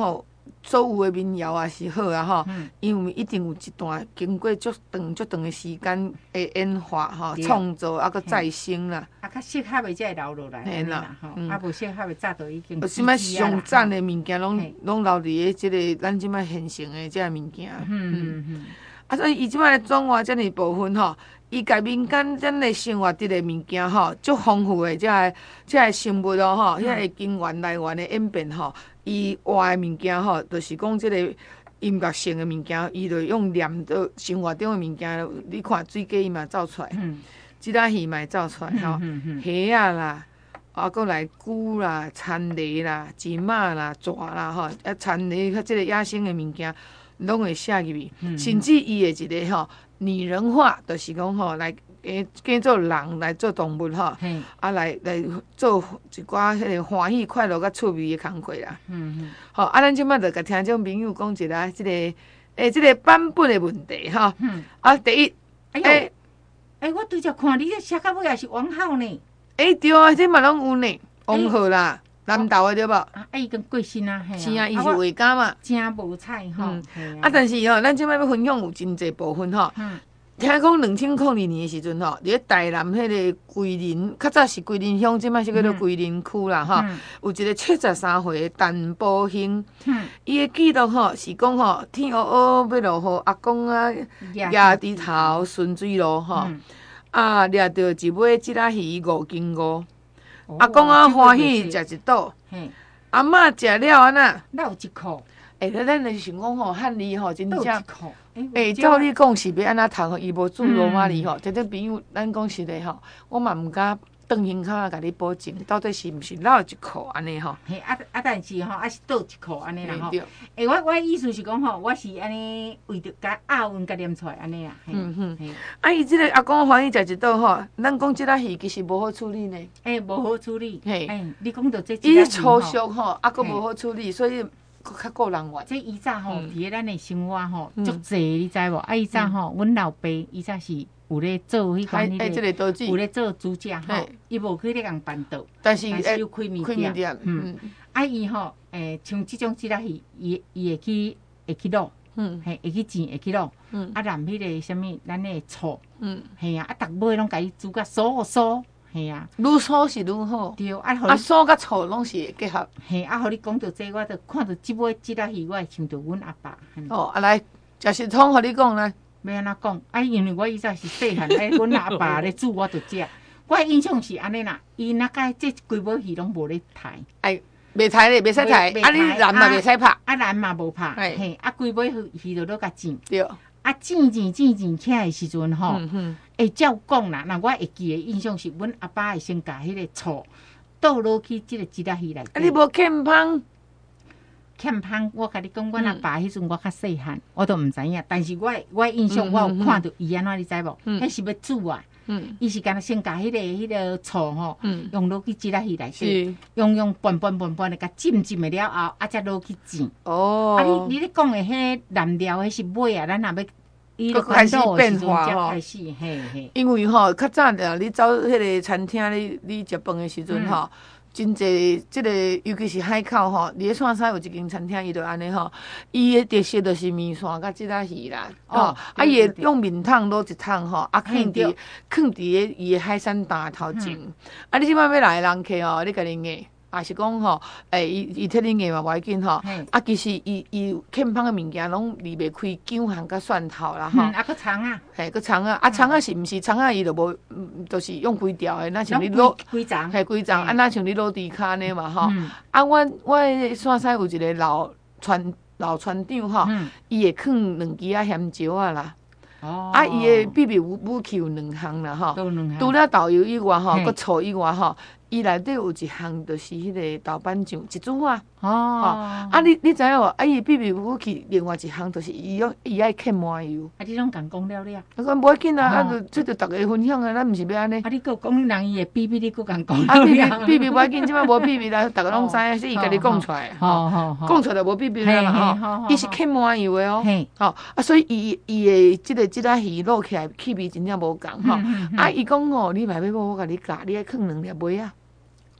所有的民谣也是好啊吼，因为一定有一段经过足长的时间的演化吼，创作啊搁再生啦。 啊，较适合的才会留落来。嘿啦，吼，啊无适合的早都已经。 有啥物上赞的物件，拢留伫咧即个咱即摆现成的即个物件。啊，所以伊即摆的转化遮尔部分吼，伊甲民间咱的生活伫的物件吼，足丰富的即个生物哦吼，遐个根源来源的演变吼，伊画的物件吼，就是讲即个音乐性的物件，伊就用念到生活中的物件，你看水鸡伊嘛走出来，即仔鱼嘛会走出来吼，虾啊啦，啊，搁来龟啦、田螺啦、金马啦、蛇啦吼，啊，田螺较即个野生的物件。拢会写入去，甚至伊的一个吼拟人化，就是讲吼来变做人来做动物吼，啊来做一寡迄个欢喜快乐甲趣味的工作啦。好，啊，咱即摆就甲听众朋友讲一下即个即个版本的问题吼。啊，第一， 我拄则看你这写到尾也是王浩呢。 对啊，这嘛拢有呢，王浩啦。南投的对无？ 啊，伊跟过身啊， 是啊，伊是画家嘛， 真无彩吼。 啊，但是吼，咱即摆要分享有真侪部分吼。听讲2002年的时阵吼，伫咧台南迄个桂林，较早是桂林乡，即摆是叫做桂林区啦吼。有一个73岁的陈宝兴，伊的记录吼是讲吼，天黑黑要落雨，阿公啊压伫头顺水路吼，啊掠着一尾即仔鱼5斤5。阿公啊，欢喜食一肚，阿嬷食了安那？ 那有一箍。 咱就想讲吼，汉字吼，真正照你讲是要安怎读吼，伊无注罗马字吼，即个朋友，咱讲实在吼，我嘛毋敢转胸口甲你保证，到底是毋是哪有一箍安尼吼？ 但是吼，是倒一箍安尼啦吼。我意思是讲吼，我是安尼为着甲押韵甲念出来安尼啦。 啊，伊即个阿公欢喜食一道吼，咱讲即仔鱼其实无好处理呢。 无好处理。你讲到这， 伊粗俗吼，啊，佫无好处理，所以佫较顾人怨。 这以前吼，伫咧咱的生活吼，足济你知无？以前吼，阮老爸伊才是。有咧做迄款有咧做煮食吼，伊无去咧共办桌，但是有开面店。伊吼，像即种即仔鱼，伊会去卤，会去煎，会去卤，啊淋迄个啥物，咱的醋，系啊，逐尾拢甲伊煮甲酥，系啊， 愈酥是愈好。 对， 酥甲醋拢是会结合。 系啊，互你讲到这，我就看到即尾即仔鱼，我会想到阮阿爸。 来，食食通，互你讲来。 要安怎讲？因为我以前是细汉，阮阿爸咧煮，我就食。我印象是安尼啦，伊若个这规尾鱼拢无咧刣。 袂刣咧，袂使刣。啊，你篮嘛袂使拍。 篮嘛无拍。嘿，规尾鱼就落甲煎。 对。 煎起来的时阵吼，照讲啦，那我会记的印象是，阮阿爸会先甲迄个醋倒落去即个即仔鱼内底。 你无欠芳？ 欠芳，我甲你讲，阮阿爸迄阵我较细汉，我都毋知影。但是我印象，我有看到伊安怎，你知无？迄是要煮啊。伊是干那先甲迄个醋吼，用落去即仔鱼内底，用拌的甲浸的了后，啊才落去煎。你咧讲的迄蓝料，迄是尾啊，咱若要伊就开始变化吼。开始，嘿。 因为吼，较早的你走迄个餐厅，你食饭的时阵吼。真济，即个尤其是海口吼，伫咧线西有一间餐厅，伊就安尼吼，伊的特色就是面线甲即仔鱼啦，伊会用面汤卤一汤吼，放伫伊的海产摊头前。你即摆要来的人客吼，你甲伊硬。也是讲吼，伊替你硬嘛无要紧吼。其实伊欠芳的物件拢离袂开姜和甲蒜头啦吼。 搁葱啊。 搁葱啊，葱啊是毋是葱啊？伊就无，就是用规条的，那像你卤规丛， 规丛，那像你卤猪骹安尼嘛吼。我线西有一个老船长吼，伊会放2支咸椒啊啦。伊的秘密武器有2项啦吼，除了豆油以外吼，搁醋以外吼。伊内底有一项，就是迄个豆瓣酱一煮啊。你知影无？伊秘密武器另外一项，就是伊爱欠麻油。 你拢共讲了了。 我无要紧啊，这就逐个分享啊，咱毋是要安尼。 你搁讲人伊的秘密，你搁共讲。 秘密无要紧，即摆无秘密啦，逐个拢知影，是伊家己讲出来。讲出来就无秘密啦嘛吼。伊是欠麻油的哦。所以伊的即仔鱼卤起来气味真正无共吼。伊讲吼，你嘛要我甲你教，你爱放2粒尾啊。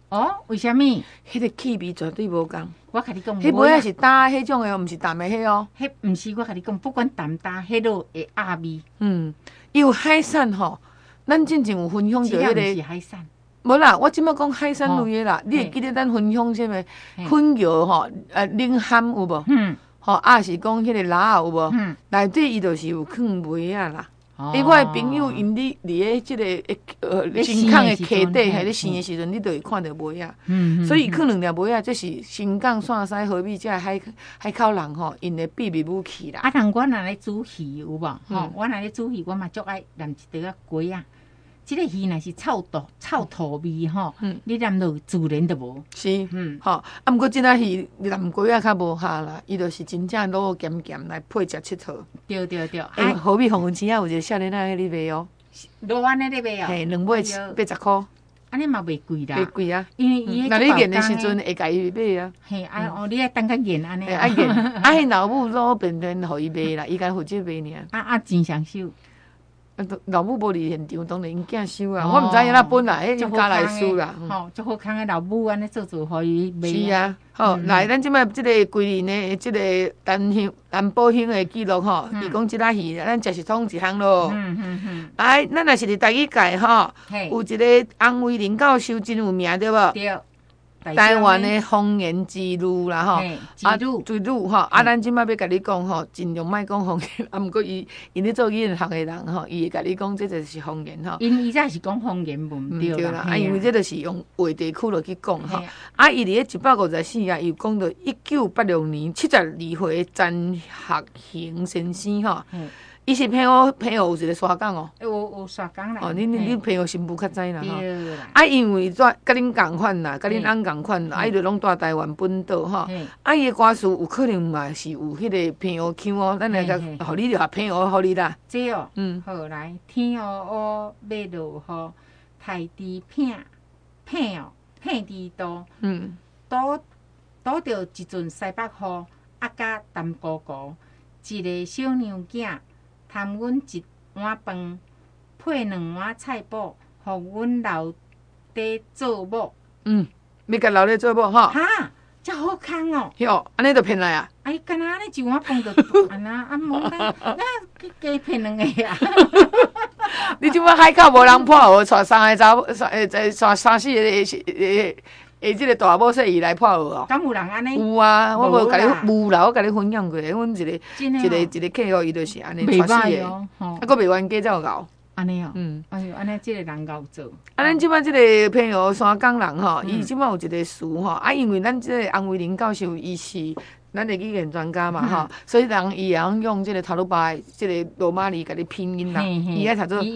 哦，为什么？ 迄个气味绝对无共。 我甲你讲， 迄尾仔是淡迄种的，毋是淡的迄哦。 迄毋是我甲你讲，不管淡淡，迄都会鸭味。 伊有海产吼，咱之前有分享着迄个。 是海产。 无啦，我即摆讲海产类的啦，你会记得咱分享什么粉蚵吼，冷蛤有无？吼，啊是讲迄个辣有无？内底伊就是有放梅啊啦。因为我的朋友因伫咧即个新港的溪底，喺咧生的时阵，你就会看到梅啊。所以放2粒梅啊，这是新港线西河边这海口人吼，因的秘密武器啦。 啊，人我若咧煮鱼有无？吼，我若咧煮鱼，我嘛足爱淋一条鸡啊。即个鱼若是臭土味吼，你淋落自然就无。 是，吼，啊，毋过即仔鱼淋鸡啊较无效啦，伊就是真正卤咸咸来配食佚佗。 对。 好比红旗啊，有一个少年仔咧卖哦， 罗安咧卖哦， 嘿，2尾80块。 安尼嘛袂贵啦， 袂贵啊， 因为伊那你研的时阵会甲伊买啊。 嘿，你爱等较研安尼。 爱研，迄老母卤便便互伊卖啦，伊干负责卖尔。 真享受。 老母无伫现场，当然因囝收啊。我毋知影哪本啦，迄因家来收啦。 吼，足好康的老母安尼做，互伊卖。 是啊，好，来，咱即摆即个规年的即个南保乡的记录吼，伊讲即仔鱼，咱食是统一项咯。来，咱若是伫台语界吼，有一个洪维林教授真有名对无？ 对。 台湾的方言之路啦吼，之路吼，咱即摆要甲你讲吼，尽量莫讲方言，毋过伊咧做语言学的人吼，伊会甲你讲，这就是方言吼。 因伊才是讲方言无对啦，因为这就是用话地区落去讲吼。伊伫咧154啊，伊讲到1986年72岁的詹学恒先生吼。伊是配偶有一个沙港哦， 有沙港啦。 你配偶新妇较知啦吼。因为甲恁共款啦，甲恁翁共款啦，伊就拢住台湾本岛吼。伊的歌词有可能嘛是有迄个配偶腔哦，咱来甲，互你就配偶互你啦。 这哦，好来，天乌乌，马落雨，台地片哦，片地多。倒着一阵西北风，甲淡糊糊，一个小娘囝。贪阮一碗饭，配2碗菜脯，互阮老爹做某。 要甲老爹做某吼？ 哈，遮好康哦！ 哟，安尼就骗来啊！ 干那安尼一碗饭就安那无加骗2个啊！ 你即摆海口无人破河，带3个查某，带3、4个即个大某说伊来破河哦。 敢有人安尼？ 有啊，我无甲你有啦，我甲你分享过。阮一个客户，伊就是安尼带4个，啊，佫袂冤家才有熬。 安尼哦，哎呦，安尼即个人熬做。 咱即摆即个朋友山港人吼，伊即摆有一个词吼，因为咱即个洪维林教授，伊是咱的语言专家嘛吼，所以人伊会晓用即个塔鲁巴的即个罗马尼甲你拼音啦，伊爱读做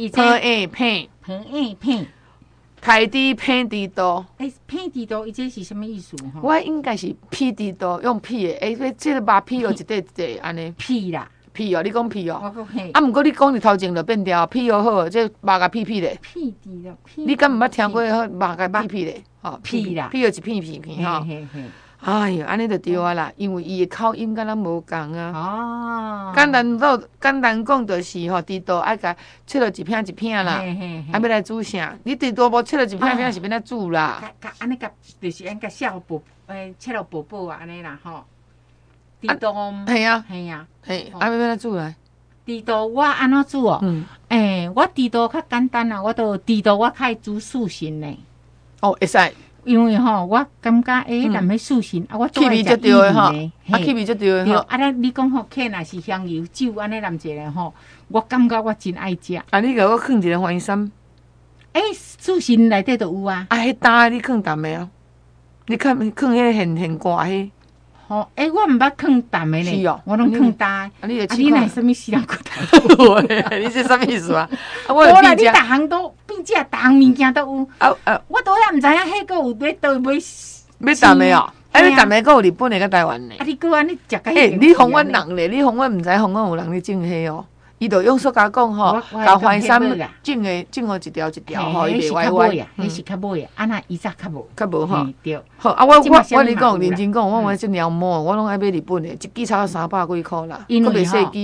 片。台地片地多， 片地多，伊这是什么意思？ 我应该是屁地多，用屁的，这个肉屁哦，一块一块安尼。 屁啦， 屁哦，你讲屁哦。啊，毋过你讲伫头前就变调，屁哦好，这肉甲屁屁咧。 屁地咯， 你敢毋捌听过肉甲屁屁咧？吼， 屁啦， 屁哦一片片吼。哎哟，安尼就对啊啦，因为伊的口音敢若无共啊。简单讲就是吼，地道爱甲切落一片一片啦，啊要来煮啥？你地道无切落一片片是要来煮啦？ 安尼甲就是安甲小薄切落薄薄啊安尼啦吼。地道系啊，要来煮来。 地道我安怎煮哦？我地道较简单啊，我都地道我较爱煮素心呢。 哦，会使。 因为吼，我感觉南美素心我气味足对的吼，气味足对的吼。 你讲吼，客若是香油酒安尼淋一个吼，我感觉我真爱食。 你甲我放一个番参。 素心内底都有啊。 迄干你放淡的哦，你放迄个现挂迄。 我毋捌放淡的呢， 是哦， 我拢放淡。 你若什么时人骨头？ 你这什么意思啊？ 无啦，你逐项都变食，逐项物件都有。我倒也毋知影，迄个有要倒买。 要淡的哦，你淡的佫有日本的，佮台湾的。 你佫安尼食甲你访问人咧，你访问毋知访问有人咧种迄哦。伊就用塑胶讲吼，甲番参种好一条一条吼，伊袂歪歪。 迄是较尾啊，那伊早较无吼。 对。 好啊，我你讲认真讲，我即猫，我拢爱买日本的，一支差300几箍啦，佫袂细支哦。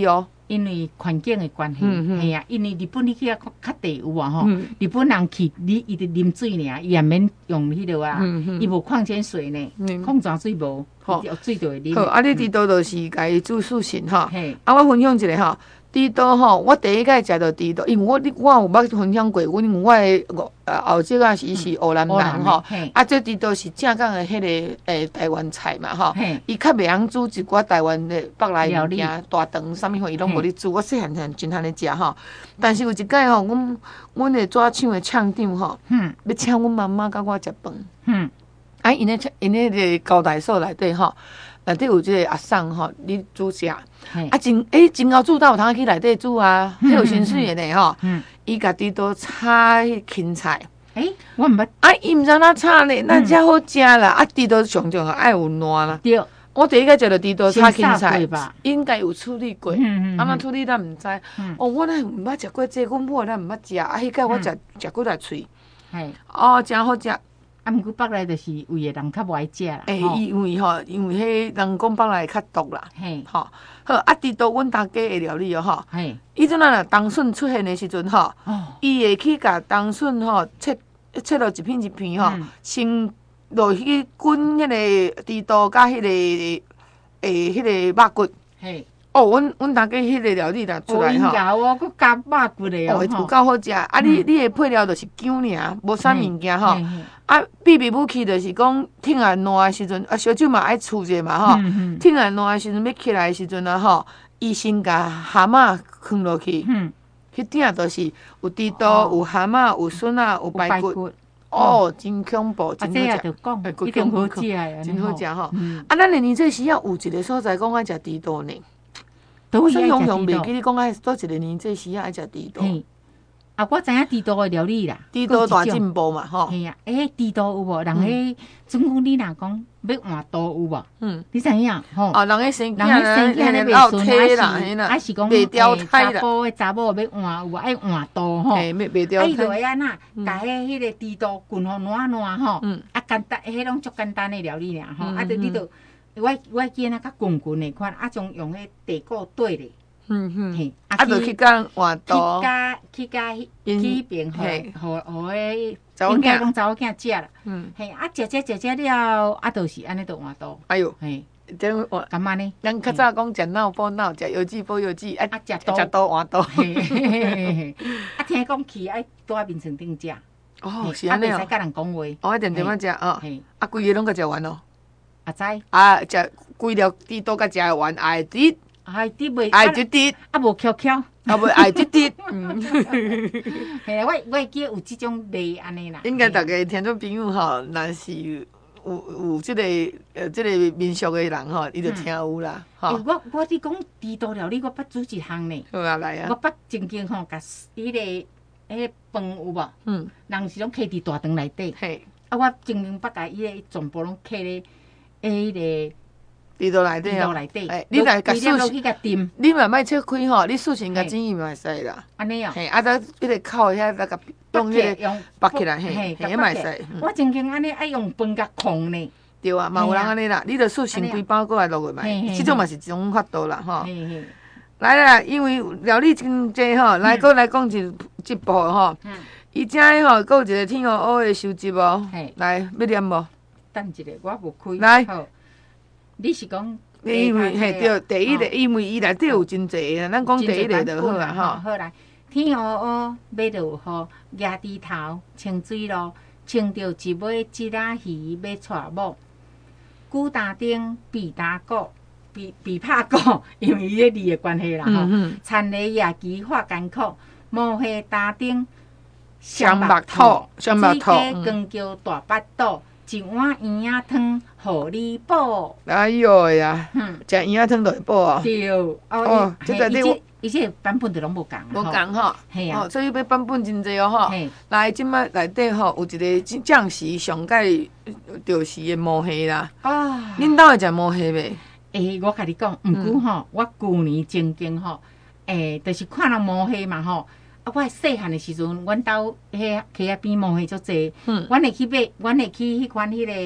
因为环境的关系，系啊，因为日本你去啊较地有啊吼，日本人去你伊直啉水尔，伊也免用迄落啊，伊无矿泉水呢，矿泉水无，有水就会啉。 好，啊，你猪肚就是家己煮素食吼。啊，我分享一下吼，猪肚吼，我第一届食到猪肚，因为我有捌分享过，阮我的后姐啊伊是湖南人吼，啊，这猪肚是正港的迄个台湾菜嘛吼，伊较袂晓煮一寡台湾的北来物件，大肠啥物货伊拢无咧煮，我细汉真通咧食吼。但是有一届吼，阮的纸厂的厂长吼，要请阮妈妈甲我食饭，啊，因迄个交代所内底吼。内底有即个阿送吼，你煮食，啊真够煮到有通去内底煮啊，迄有薪水的呢吼。伊家己都炒迄芹菜， 我毋捌。 啊，伊毋知影炒呢，那才好食啦。啊，猪肚上爱有烂啦。 对， 我第一个食到猪肚炒芹菜，应该有处理过，啊嘛处理咱毋知。哦，我咱毋捌食过这，阮某咱毋捌食，啊，迄个我食几来喙，哦，真好食。 啊，毋过北来就是胃的人较无爱食啦。 因为迄人讲北来较毒啦。吼，好啊，猪肚阮大家会料理哦，吼。伊阵若冬笋出现的时阵吼，伊会去甲冬笋吼切落一片一片吼，先落去滚迄个猪肚甲迄个迄个肉骨。哦，阮大家迄个料理若出来吼， 哦，佮加肉骨的哦， 有够好食。啊，你的配料就是姜尔，无啥物件吼。啊，秘密武器就是讲天然烂的时阵，啊，烧酒嘛爱厝者嘛吼。天然烂的时阵要起来的时阵啊吼，伊先甲蛤蟆放落去，迄顶就是有猪肚、有蛤蟆、有笋啊、有排骨。哦，真恐怖，真好食。 一定好食的，真好食吼。啊，咱年这时啊有一个所在讲爱食猪肚呢。 我所以常常袂记你讲爱倒一个年这时啊爱食猪肚。 啊，我知影猪肚的料理啦， 猪肚大进步嘛，吼。 系啊，猪肚有无？人迄总讲你若讲要换肚有无？你知影吼？ 哦，人迄生囝咧老体啦， 还是讲袂掉胎啦。 查某要换有无？爱换肚吼。 袂掉胎。 伊就会安那，甲迄个猪肚滚互烂吼。啊，简单，迄拢足简单的料理尔吼。啊，就你就我记那较滚的款，啊，将用迄地锅粿咧。 啊，就去甲换肚， 去迄边，互迄应该讲查某囝食啦。啊，食了，啊，就是安尼就换肚。 哎哟，这我干嘛呢？ 咱较早讲食脑补脑，食腰子补腰子，啊，食肚换肚。 啊，听讲去爱倒在面床顶食。 哦，是安尼哦。 袂使甲人讲话。 哦，一定点食哦。啊，规个拢甲食完咯。 啊，知。 啊，食规条猪肚甲食完，爱滴。 爱滴袂， 爱滴滴， 啊无翘翘， 啊无爱滴滴。 嘿，我会记有即种例安尼啦。 应该大家听众朋友吼，若是有即个民俗的人吼，伊就听有啦。 我伫讲猪肚料理，我捌煮一项呢。 好啊，来啊！ 我捌正经吼，甲迄个饭有无？人是拢揢伫大肠内底。嘿，啊，我正经捌甲伊个全部拢揢咧，迄个。 猪肚内底，你来甲素琴，你嘛莫切开吼，你素琴甲剪伊嘛会使啦。 安尼哦。 嘿，啊，咱迄个口遐，咱甲用迄个拔起来，嘿，迄嘛会使。 我正经安尼爱用饭甲控呢。 对啊，嘛有人安尼啦，你着素琴规包过来落去嘛，即种嘛是一种法度啦，吼。来啦，因为料理真济吼，来搁来讲一步吼。伊遮个吼，搁有一个天后乌的收集哦。来，要念无？ 等一下，我无开。 来。 你是讲， 因为嘿对，第一个，因为伊内底有真济个，咱讲第一个就好啦吼。 好来，天黑黑，马就有雨，举低头，清水路，穿着一尾一仔鱼要带某，鼓担顶，比打鼓，比拍鼓，因为伊个字的关系啦吼。田里夜机发艰苦，毛下担顶，双目兔，只家光叫大巴肚。一碗圆仔汤，互你补。 哎哟呀，食圆仔汤就会补哦。 对，哦，伊这版本就拢无共。 无共吼， 系啊， 所以要版本真济哦吼。来，即摆内底吼有一个酱时上届就是的毛蟹啦。啊，恁兜会食毛蟹袂？ 我甲你讲，毋过吼，我旧年正经吼，就是看到毛蟹嘛吼。啊！我细汉的时阵，阮兜迄溪仔边毛蟹足济，阮会去买，阮会去迄款迄个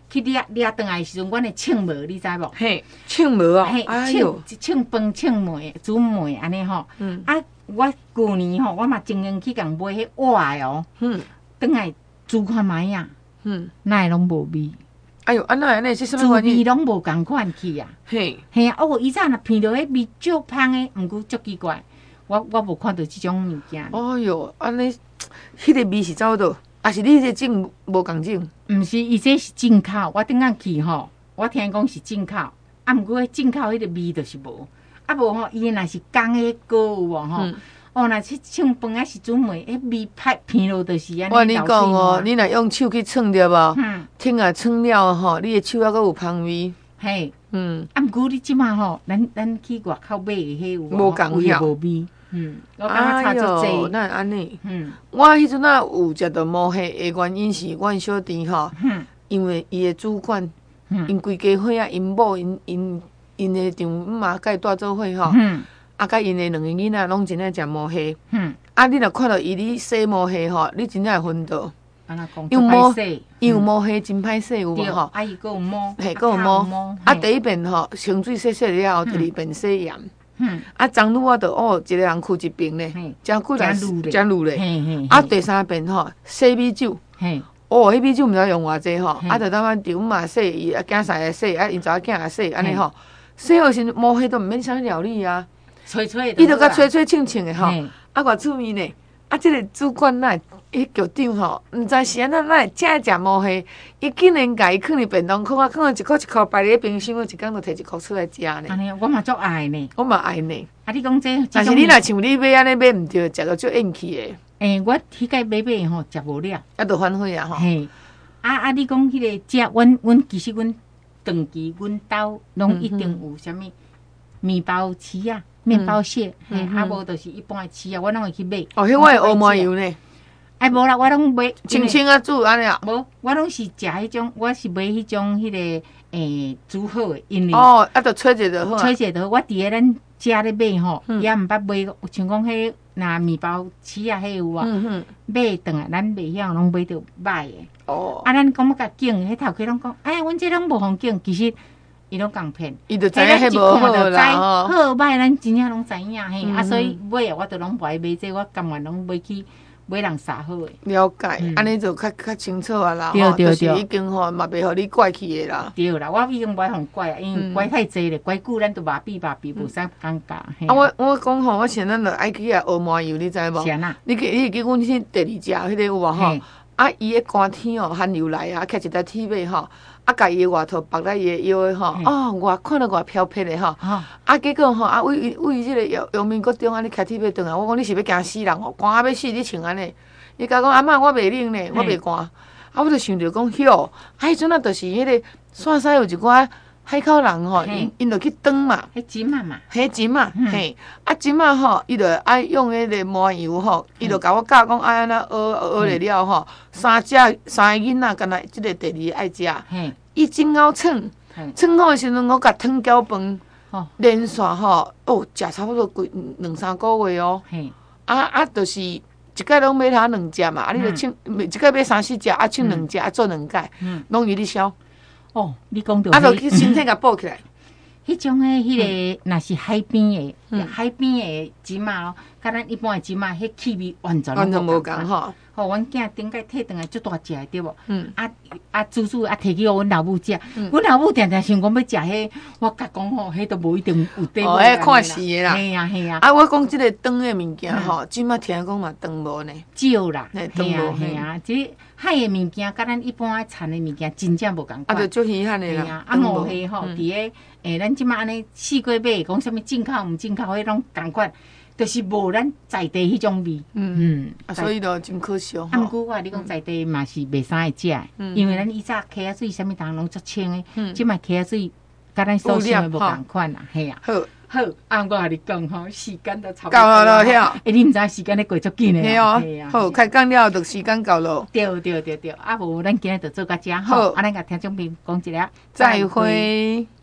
去掠转来的时阵，阮会称糜，你知无？ 嘿，称糜啊， 哎呦，称饭、称糜、煮糜安尼吼。啊，我旧年吼，我嘛经营去共买迄碗的哦。转来煮看卖啊。哪会拢无味？ 哎呦，安那是什么原因？ 味拢无共款去啊。嘿，啊，哦，伊早若闻到迄味足芳的，毋过足奇怪。我无看到即种物件。 哎呦，安尼，迄个味是走倒，还是你这种无共种？ 毋是，伊这是进口。我顶下去吼，我听讲是进口，啊，毋过迄进口迄个味就是无。啊，无吼，伊若是讲迄个有无吼？哦，若是称饭还是煮糜，迄味歹闻落就是安尼。 我你讲哦，你若用手去称着无？听啊称了吼，你的手还阁有芳味。嘿，啊，毋过你即马吼，咱去外口买的迄有无共晓无味。我感觉差足济。那安尼，我迄阵啊有食到毛蟹的原因是，阮小弟吼，因为伊的主管，因规家伙啊，因某因的丈母嘛，甲伊带做伙吼，啊，甲因的两个囡仔拢真爱食毛蟹。啊，你若看到伊咧洗毛蟹吼，你真正会昏倒。因为有毛蟹真歹洗有无吼？啊，伊阁有毛，嘿，阁有毛。啊，第一遍吼，清水洗了后，第二遍洗盐。啊，昨愈我着哦，一个人哭一边咧，真久来真愈咧。啊，第三遍吼，洗米酒。哦，迄米酒毋知用偌济吼，啊，着当阮丈母嘛洗，伊啊囝婿也洗，啊因查某囝也洗，安尼吼。洗好时毛蟹都毋免啥料理啊，伊着甲吹清清的吼，啊，偌趣味呢。啊，即个主管那迄局长吼，毋知是安怎，咱会真爱食毛蟹，伊竟然甲伊放伫便当壳啊，放一箍一箍摆伫冰箱，一工就摕一箍出来食呢。安尼，我嘛足爱呢。我嘛爱呢。啊，你讲这，但是你若像你买安尼买毋着，食到足厌气的。我迄个买吼，食无了，啊，着反悔啊吼。嘿，啊，你讲迄个食，阮其实阮长期阮兜拢一定有啥物面包糍啊。面包屑，啊无就是一般的糍啊，我拢会去买。哦，迄我会乌麻油呢。哎，无啦，我拢买清清啊煮安尼啊。无，我拢是食迄种，我是买迄种迄个煮好的，因为哦，啊，着吹者就好。吹者就好。我伫个咱家咧买吼，也毋捌买，像讲迄若面包糍啊，迄有啊，买顿啊，咱袂晓拢买着歹的。哦。啊，咱讲要甲拣，迄头家拢讲，哎，阮这拢无互拣，其实。伊拢共骗，伊就知影迄无好啦，好歹咱真正拢知影嘿，啊，所以买啊，我就拢不爱买这，我甘愿拢买去买人撒好诶。了解，安尼就较清楚啊啦，吼，就是已经吼嘛袂互你怪去诶啦。对啦，我已经袂互怪啊，因为怪太济咧，怪久咱都麻痹，无啥尴尬。啊，我讲吼，我现在就爱去啊乌麻油，你知无？是啊，你去阮去第二只迄个有无吼？啊，伊个寒天哦，寒流来啊，徛一台铁马吼。啊，甲伊的外套绑在伊的腰的吼，哦，看到飘撇的吼，啊，结果吼，啊，为即个阳明国中安尼开铁马转来，我讲你是要惊死人哦，寒啊要死，你穿安尼，伊甲讲阿嬷我袂冷呢，我袂寒，啊，我就想着讲哟，啊，迄阵啊，就是迄个山西有一寡海口人吼，因就去转嘛，迄钱嘛，迄钱嘛，嘿，啊，钱嘛吼，伊就爱用迄个麻油吼，伊就甲我教讲爱安那学了吼，三个囡仔，干那即个第二爱食，伊真够称好的时阵，我甲汤搅饭，连续吼，哦，食差不多规2-3个月哦，啊，就是一摆拢买他2只嘛，啊，你就称一摆买3-4只，啊，称2只，啊，做2摆，拢由你销。哦，你讲到，啊，就去身体甲补起来。迄种诶，迄个若是海边诶，海边诶芝麻咯，甲咱一般诶芝麻，迄气味完全无共吼。吼，阮囝顶摆摕转来足大只诶，对无？煮啊，摕去互阮老母食。阮老母定定想讲要食迄，我甲讲吼，迄都无一定有地。哦，迄看时诶啦。嘿啊，嘿啊。啊，我讲即个长诶物件吼，即马听讲嘛长无呢。少啦，嘿啊，嘿啊，即海诶物件，甲咱一般产诶物件真正无共款。啊，就足稀罕诶啦。啊，毛蟹吼，伫个咱即马安尼四过买，讲啥物进口毋进口，迄拢共款。就是无咱在地迄种味，所以就真可惜吼。啊，毋过我你讲在地嘛是袂啥会食，因为咱以早溪仔水啥物当拢足清诶，即卖溪仔水甲咱所想诶无共款啦，嘿啊。好，啊，我甲你讲吼，时间都差不多到了，你毋知时间咧过足紧诶，嘿啊。好，开讲了，就时间到咯。对，啊无咱今日就做到遮好，啊，咱甲听众朋友讲一下，再会。